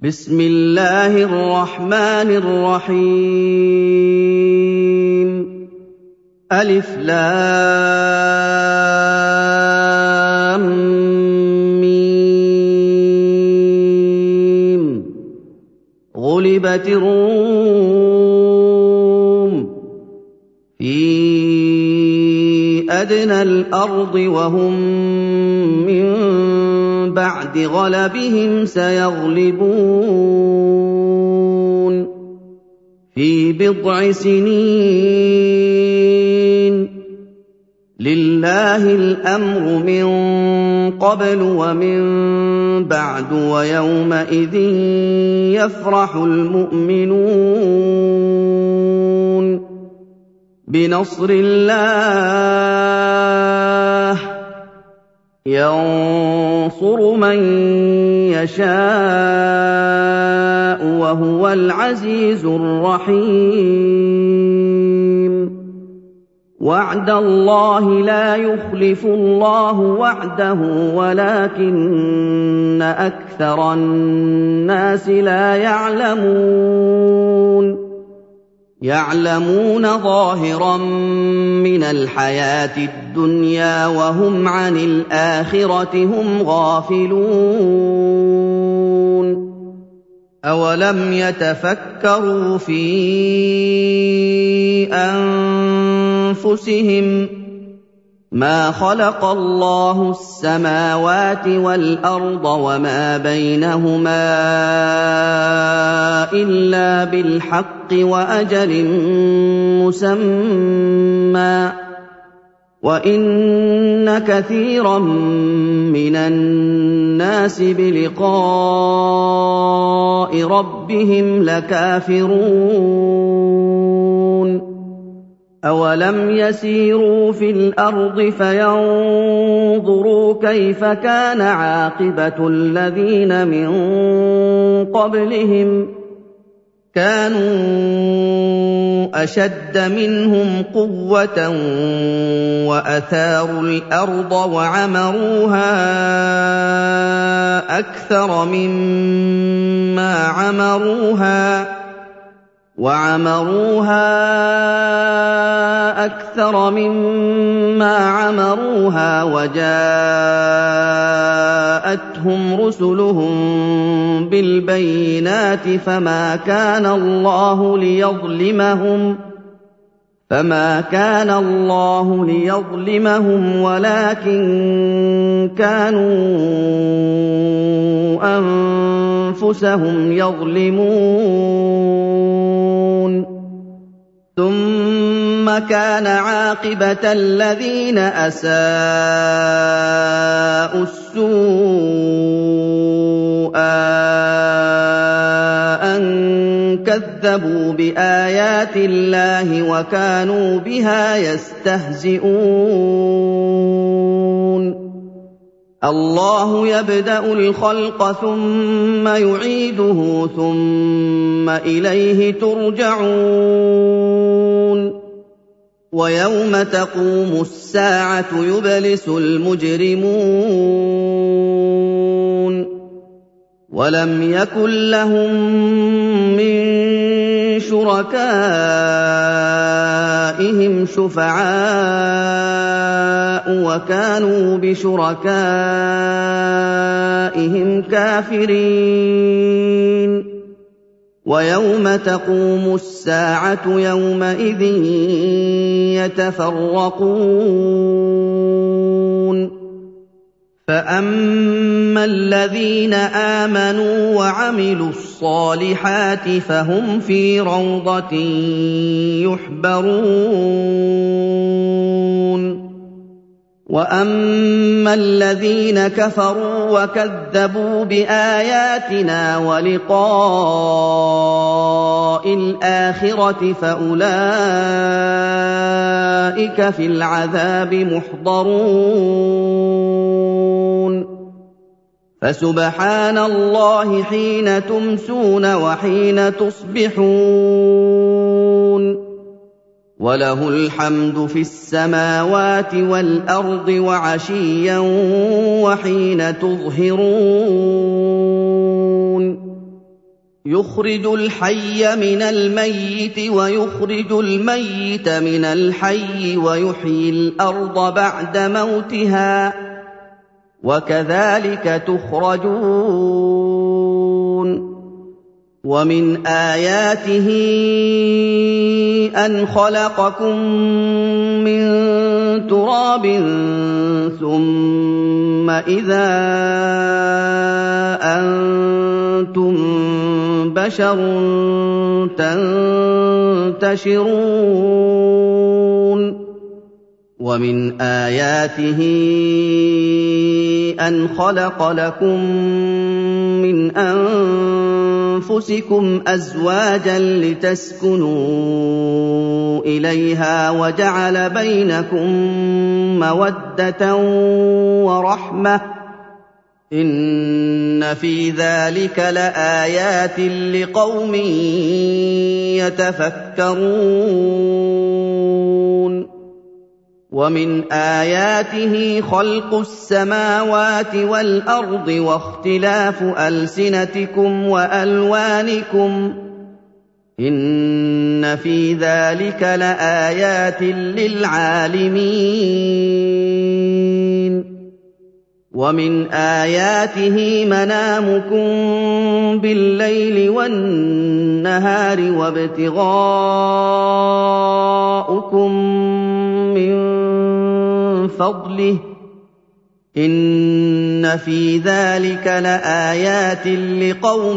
بسم الله الرحمن الرحيم ألف لام ميم غلبت الروم في أدنى الأرض وهم من بعد غلبهم سيغلبون في بضع سنين لله الأمر من قبل ومن بعد ويومئذ يفرح المؤمنون بنصر الله ينصر من يشاء وهو العزيز الرحيم وعد الله لا يخلف الله وعده ولكن أكثر الناس لا يعلمون ظاهرا من الحياة الدنيا وهم عن الآخرة هم غافلون أولم يتفكروا في أنفسهم ما خلق الله السماوات والأرض وما بينهما إلا بالحق وأجل مسمى وإن كثيرا من الناس بلقاء ربهم لكافرون أولم يسيروا في الأرض فينظروا كيف كان عاقبة الذين من قبلهم كانوا أشد منهم قوة وأثاروا الأرض وعمروها أكثر مما عمروها وجاءتهم رسلهم بالبينات فما كان الله ليظلمهم ولكن كانوا أنفسهم يظلمون ثم كان عاقبة الذين أساءوا السوء أن كذبوا بآيات الله وكانوا بها يستهزئون الله يبدأ الخلق ثم يعيده ثم إليه ترجعون ويوم تقوم الساعة يبلس المجرمون ولم يكن لهم من شركائهم شفعاء وكانوا بشركائهم كافرين ويوم تقوم الساعة يومئذ يتفرقون فأما الذين آمنوا وعملوا الصالحات فهم في روضة يحبرون وأما الذين كفروا وكذبوا بآياتنا ولقاء الآخرة فأولئك في العذاب محضرون فسبحان الله حين تمسون وحين تصبحون وله الحمد في السماوات والأرض وعشيا وحين تظهرون يُخْرِجُ الْحَيَّ مِنَ الْمَيِّتِ وَيُخْرِجُ الْمَيِّتَ مِنَ الْحَيِّ وَيُحْيِي الْأَرْضَ بَعْدَ مَوْتِهَا ۚ وَكَذَٰلِكَ تُخْرَجُونَ وَمِنْ آيَاتِهِ أَنْ خَلَقَكُم مِّن تُرَابٍ ثُمَّ إِذَا أَنتُم بَشَرٌ تَنتَشِرُونَ وَمِنْ آيَاتِهِ أَنْ خَلَقَ لَكُم مِّنْ أَنفُسِكُمْ أَزْوَاجًا لِّتَسْكُنُوا إِلَيْهَا وَجَعَلَ بَيْنَكُم مَّوَدَّةً وَرَحْمَةً ۚ إِنَّ فِي ذَٰلِكَ لَآيَاتٍ لِّقَوْمٍ يَتَفَكَّرُونَ وَمِنْ آيَاتِهِ خَلْقُ السَّمَاوَاتِ وَالْأَرْضِ وَاخْتِلَافُ أَلْسِنَتِكُمْ وَأَلْوَانِكُمْ ۚ إِنَّ فِي ذَٰلِكَ لَآيَاتٍ لِّلْعَالِمِينَ وَمِنْ آيَاتِهِ مَنَامُكُم بِاللَّيْلِ وَالنَّهَارِ وَابْتِغَاؤُكُم مِّن فَضْلِهِ ۚ إِنَّ فِي ذَٰلِكَ لَآيَاتٍ لِّقَوْمٍ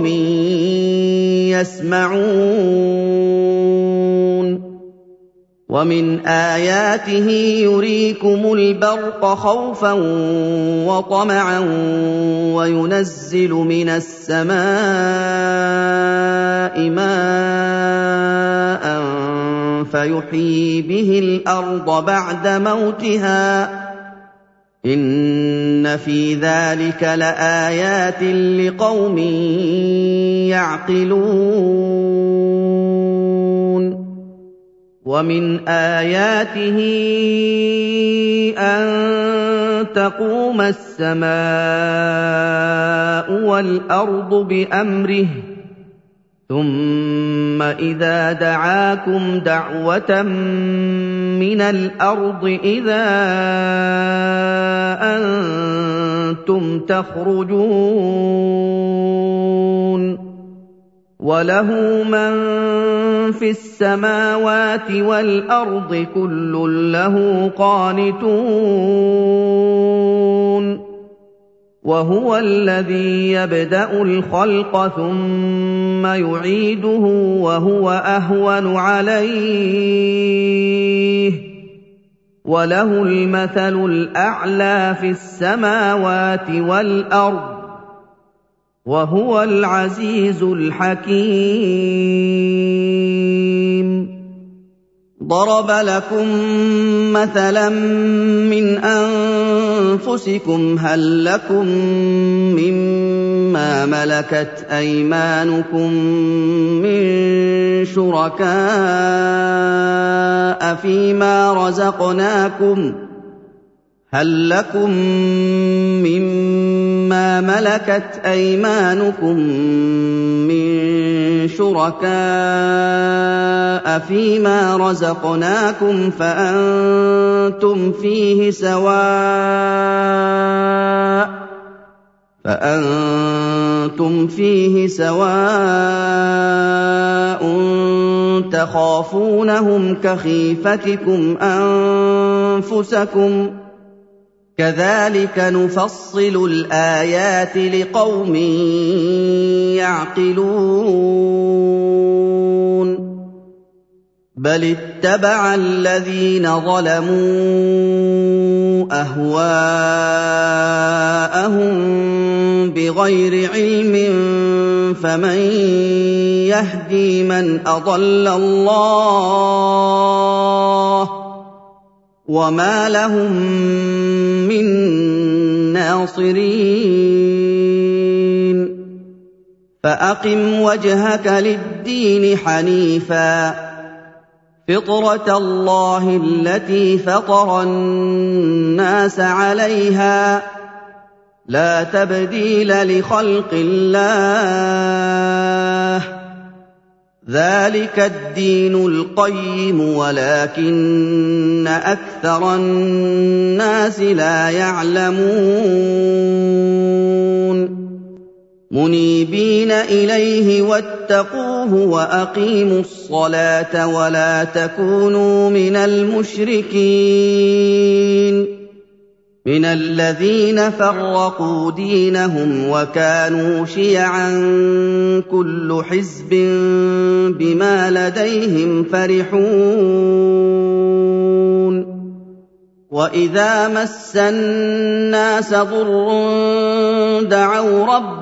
يَسْمَعُونَ وَمِنْ آيَاتِهِ يُرِيكُمُ الْبَرْقَ خَوْفًا وَطَمَعًا وَيُنَزِّلُ مِنَ السَّمَاءِ مَاءً فَيُحْيِي بِهِ الْأَرْضَ بَعْدَ مَوْتِهَا ۚ إِنَّ فِي ذَٰلِكَ لَآيَاتٍ لِّقَوْمٍ يَعْقِلُونَ وَمِنْ آيَاتِهِ أَن تَقُومَ السَّمَاءُ وَالْأَرْضُ بِأَمْرِهِ ثُمَّ إِذَا دَعَاكُمْ دَعْوَةً مِّنَ الْأَرْضِ إِذَا أَنتُمْ تَخْرُجُونَ وَلَهُ مَن فِي السَّمَاوَاتِ وَالْأَرْضِ كُلٌّ لَّهُ قَانِتُونَ وَهُوَ الَّذِي يَبْدَأُ الْخَلْقَ ثُمَّ يُعِيدُهُ وَهُوَ أَهْوَنُ عَلَيْهِ ۚ وَلَهُ الْمَثَلُ الْأَعْلَىٰ فِي السَّمَاوَاتِ وَالْأَرْضِ ۚ وَهُوَ الْعَزِيزُ الْحَكِيمُ ضَرَبَ لَكُم مَّثَلًا مِّنْ أَنفُسِكُمْ هَل لَّكُم مِّمَّا مَلَكَتْ أَيْمَانُكُم مِّن شُرَكَاءَ فِيمَا رَزَقْنَاكُمْ هَل لَّكُم مِّمَّا مَلَكَتْ أَيْمَانُكُم مِّن شُرَكَاءَ فِيمَا رَزَقْنَاكُمْ فَأَنتُمْ فِيهِ سَوَاءٌ تَخَافُونَهُمْ كَخِيفَتِكُمْ أَنفُسَكُمْ ۚ كَذَٰلِكَ نُفَصِّلُ الْآيَاتِ لِقَوْمٍ يَعْقِلُونَ بَلِ اتَّبَعَ الَّذِينَ ظَلَمُوا أَهْوَاءَهُم بِغَيْرِ عِلْمٍ فَمَن يَهْدِي مَنْ أَضَلَّ اللَّهُ وَمَا لَهُم مِّن نَّاصِرِينَ فَأَقِمْ وَجْهَكَ لِلدِّينِ حَنِيفًا فِطْرَتَ اللَّهِ الَّتِي فَطَرَ النَّاسَ عَلَيْهَا ۚ لَا تَبْدِيلَ لِخَلْقِ اللَّهِ ۚ ذَٰلِكَ الدِّينُ الْقَيِّمُ وَلَٰكِنَّ أَكْثَرَ النَّاسِ لَا يَعْلَمُونَ مُنِيبِينَ إِلَيْهِ وَاتَّقُوهُ وَأَقِيمُوا الصَّلَاةَ وَلَا تَكُونُوا مِنَ الْمُشْرِكِينَ مِنَ الَّذِينَ فَرَّقُوا دِينَهُمْ وَكَانُوا شِيَعًا كُلُّ حِزْبٍ بِمَا لَدَيْهِمْ فَرِحُونَ وَإِذَا مَسَّ النَّاسَ ضُرٌّ دَعَوْا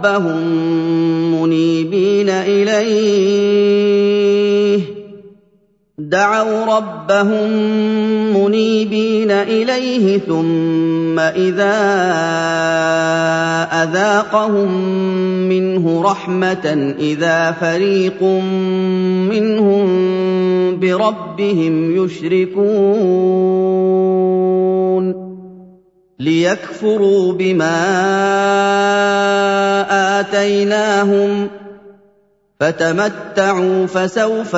رَبَّهُم مُّنِيبِينَ إِلَيْهِ ثُمَّ إِذَا أَذَاقَهُم مِّنْهُ رَحْمَةً إِذَا فَرِيقٌ مِّنْهُم بِرَبِّهِمْ يُشْرِكُونَ لِيَكْفُرُوا بِمَا آتَيْنَاهُمْ فَتَمَتَّعُوا فَسَوْفَ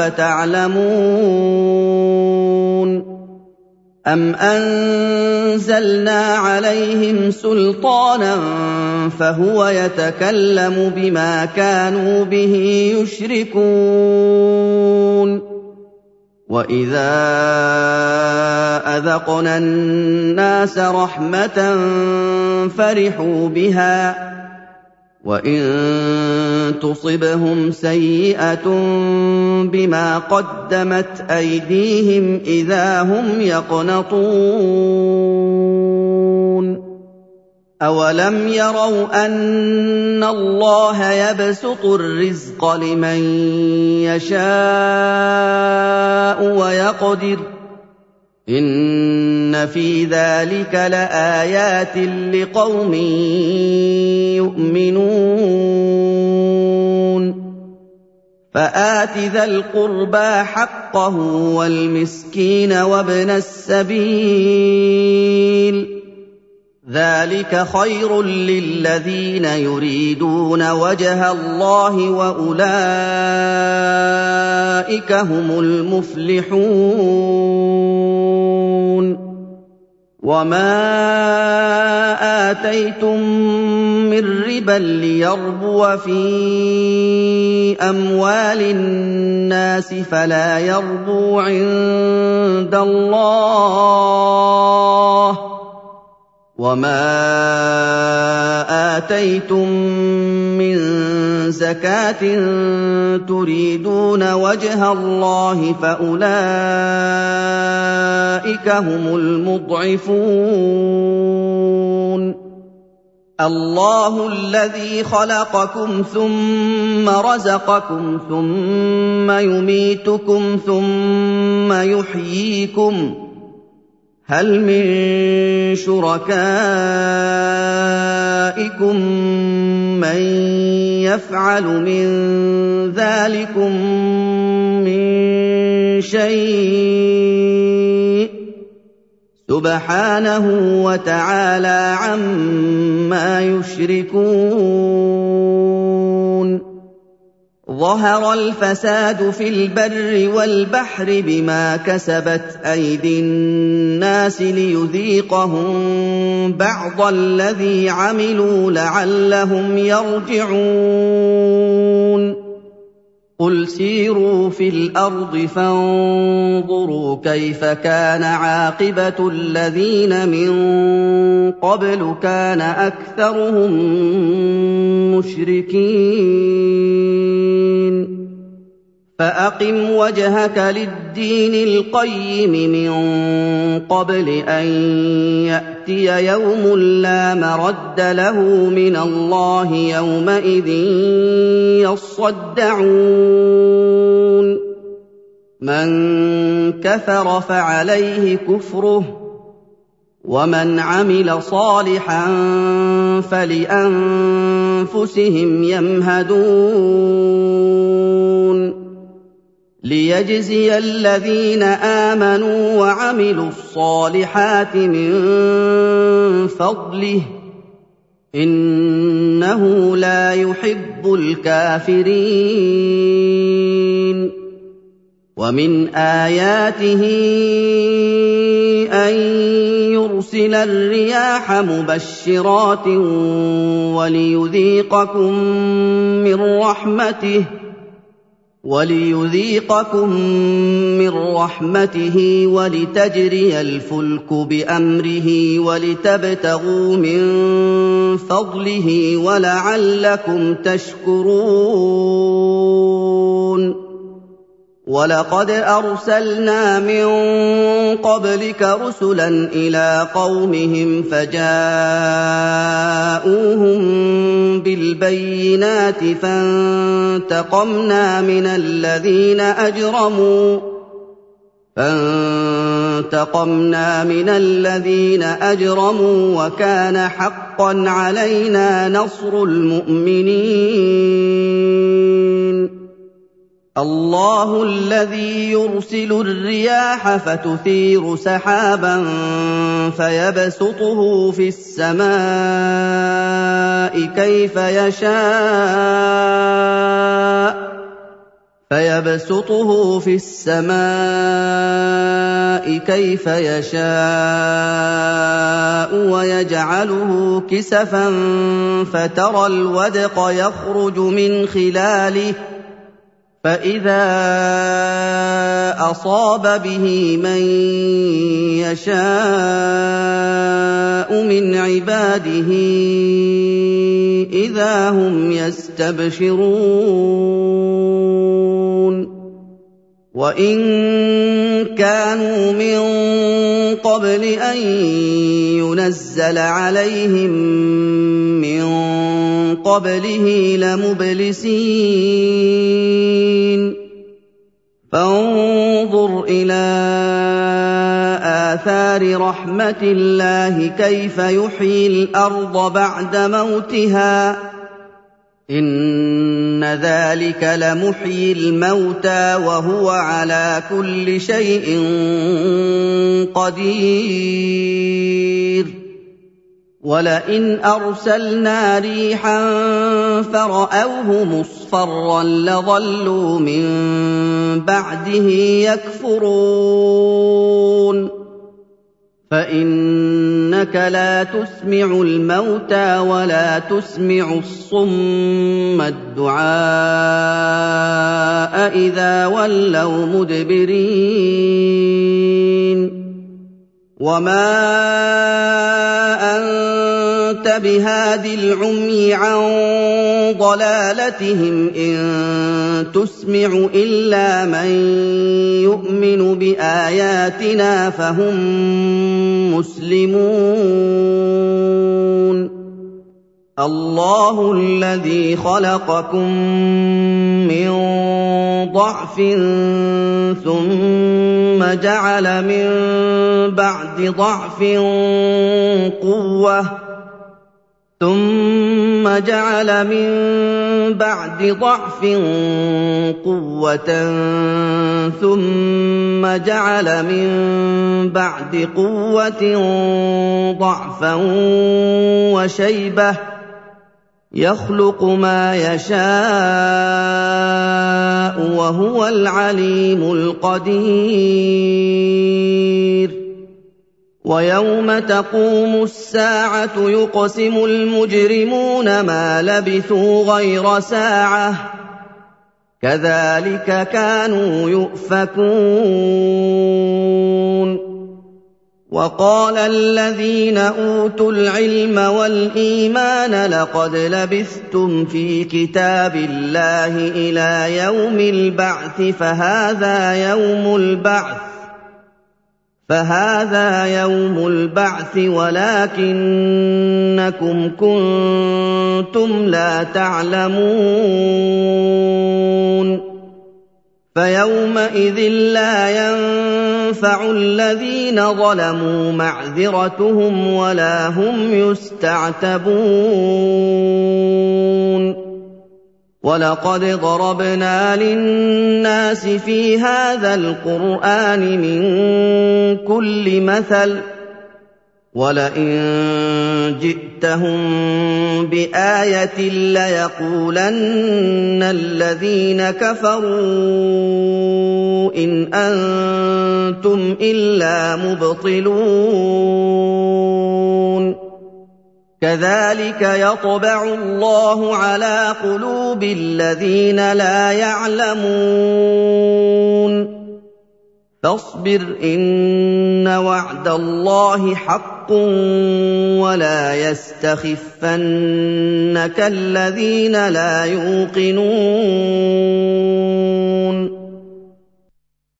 تَعْلَمُونَ أَمْ أَنزَلْنَا عَلَيْهِمْ سُلْطَانًا فَهُوَ يَتَكَلَّمُ بِمَا كَانُوا بِهِ يُشْرِكُونَ وَإِذَا أَذَقْنَا النَّاسَ رَحْمَةً فَرِحُوا بِهَا وَإِن تُصِبْهُمْ سَيِّئَةٌ بِمَا قَدَّمَتْ أَيْدِيهِمْ إِذَا هُمْ يَقْنَطُونَ أَوَلَمْ يَرَوْا أَنَّ اللَّهَ يَبْسُطُ الرِّزْقَ لِمَن يَشَاءُ وَيَقْدِرُ ۚ إِنَّ فِي ذَٰلِكَ لَآيَاتٍ لِّقَوْمٍ يُؤْمِنُونَ فَآتِ ذَا الْقُرْبَىٰ حَقَّهُ وَالْمِسْكِينَ وَابْنَ السَّبِيلِ ذَٰلِكَ خَيْرٌ لِّلَّذِينَ يُرِيدُونَ وَجْهَ اللَّهِ وَأُولَٰئِكَ هُمُ الْمُفْلِحُونَ وَمَا آتَيْتُم مِّن رِّبًا لِّيَرْبُوَ فِي أَمْوَالِ النَّاسِ فَلَا يَرْبُو عِندَ اللَّهِ ۖ وَمَا آتَيْتُم مِّن زَكَاةٍ تُرِيدُونَ وَجْهَ اللَّهِ فَأُولَٰئِكَ هُمُ الْمُضْعِفُونَ اللَّهُ الَّذِي خَلَقَكُمْ ثُمَّ رَزَقَكُمْ ثُمَّ يُمِيتُكُمْ ثُمَّ يُحْيِيكُمْ ۖ هَلْ مِن شُرَكَائِكُم مَّن يَفْعَلُ مِن ذَٰلِكُم مِّن شَيْءٍ ۚ سُبْحَانَهُ وَتَعَالَىٰ عَمَّا يُشْرِكُونَ ظَهَرَ الْفَسَادُ فِي الْبَرِّ وَالْبَحْرِ بِمَا كَسَبَتْ أَيْدِي النَّاسِ لِيُذِيقَهُم بَعْضَ الَّذِي عَمِلُوا لَعَلَّهُمْ يَرْجِعُونَ قُلْ سِيرُوا فِي الْأَرْضِ فَانظُرُوا كَيْفَ كَانَ عَاقِبَةُ الَّذِينَ مِن قَبْلُ كَانَ أَكْثَرُهُم مُّشْرِكِينَ فَأَقِمْ وَجْهَكَ لِلدِّينِ الْقَيِّمِ مِن قَبْلِ أَن يَأْتِيَ يَوْمٌ لَّا مَرَدَّ لَهُ مِنَ اللَّهِ يَوْمَئِذٍ يَصَّدَّعُونَ مَن كَفَرَ فَعَلَيْهِ كُفْرُهُ وَمَنْ عَمِلَ صَالِحًا فَلِأَنفُسِهِمْ يَمْهَدُونَ لِيَجْزِيَ الَّذِينَ آمَنُوا وَعَمِلُوا الصَّالِحَاتِ مِن فَضْلِهِ ۚ إِنَّهُ لَا يُحِبُّ الْكَافِرِينَ ومن آياته أن يرسل الرياح مبشرات وليذيقكم من رحمته ولتجري الفلك بأمره ولتبتغوا من فضله ولعلكم تشكرون وَلَقَدْ أَرْسَلْنَا مِن قَبْلِكَ رُسُلًا إِلَىٰ قَوْمِهِمْ فَجَاءُوهُم بِالْبَيِّنَاتِ فَانتَقَمْنَا مِنَ الَّذِينَ أَجْرَمُوا وَكَانَ حَقًّا عَلَيْنَا نَصْرُ الْمُؤْمِنِينَ اللَّهُ الَّذِي يُرْسِلُ الرِّيَاحَ فَتُثِيرُ سَحَابًا فَيَبْسُطُهُ في السَّمَاءِ كَيْفَ يَشَاءُ وَيَجْعَلُهُ كِسَفًا فَتَرَى الْوَدْقَ يَخْرُجُ مِنْ خِلَالِهِ فَإِذَا أَصَابَ بِهِ مَن يَشَاءُ مِنْ عِبَادِهِ إِذَا هُمْ يَسْتَبْشِرُونَ وَإِن كَانُوا مِن قَبْلِ أَن يُنَزَّلَ عَلَيْهِم مِّن قَبْلِهِ لَمُبْلِسِينَ فانظُرْ إِلَىٰ آثَارِ رَحْمَةِ اللَّهِ كَيْفَ يُحْيِي الْأَرْضَ بَعْدَ مَوْتِهَا ۚ إِنَّ ذَٰلِكَ لَمُحْيِي الْمَوْتَىٰ وَهُوَ عَلَىٰ كُلِّ شَيْءٍ قَدِيرٌ وَلَئِنْ أَرْسَلْنَا رِيحًا فَرَأَوْهُ مُصْفَرًّا لَّظَلُّوا مِن بَعْدِهِ يَكْفُرُونَ فَإِنَّكَ لَا تُسْمِعُ الْمَوْتَىٰ وَلَا تُسْمِعُ الصُّمَّ الدُّعَاءَ إِذَا وَلَّوْا مُدْبِرِينَ وَمَا أَنتَ بِهَادِ الْعُمْيِ عَن ضَلَالَتِهِمْ ۖ إِن تُسْمِعُ إِلَّا مَن يُؤْمِنُ بِآيَاتِنَا فَهُم مُّسْلِمُونَ اللَّهُ الَّذِي خَلَقَكُم مِّن ضَعْفٍ ثُمَّ جَعَلَ مِن بَعْدِ ضَعْفٍ قُوَّةً ثُمَّ جَعَلَ مِن بَعْدِ قُوَّةٍ ضَعْفًا وَشَيْبَةً ۚ يَخْلُقُ مَا يَشَاءُ ۖ وَهُوَ الْعَلِيمُ الْقَدِيرُ وَيَوْمَ تَقُومُ السَّاعَةُ يُقْسِمُ الْمُجْرِمُونَ مَا لَبِثُوا غَيْرَ سَاعَةٍ ۚ كَذَٰلِكَ كَانُوا يُؤْفَكُونَ وَقَالَ الَّذِينَ أُوتُوا الْعِلْمَ وَالْإِيمَانَ لَقَدْ لَبِثْتُمْ فِي كِتَابِ اللَّهِ إِلَىٰ يَوْمِ الْبَعْثِ فَهَٰذَا يَوْمُ الْبَعْثِ وَلَٰكِنَّكُمْ كُنتُمْ لَا تَعْلَمُونَ فَيَوْمَئِذٍ لَّا يَنفَعُ الَّذِينَ ظَلَمُوا مَعْذِرَتُهُمْ وَلَا هُمْ يُسْتَعْتَبُونَ وَلَقَدْ ضَرَبْنَا لِلنَّاسِ فِي هَٰذَا الْقُرْآنِ مِن كُلِّ مَثَلٍ وَلَئِن جِئْتَهُم بِآيَةٍ لَّيَقُولَنَّ الَّذِينَ كَفَرُوا إِنْ أَنتُمْ إِلَّا مُبْطِلُونَ كَذَٰلِكَ يَطْبَعُ اللَّهُ عَلَىٰ قُلُوبِ الَّذِينَ لَا يَعْلَمُونَ فاصبر إن وعد الله حق ولا يستخفنك الذين لا يوقنون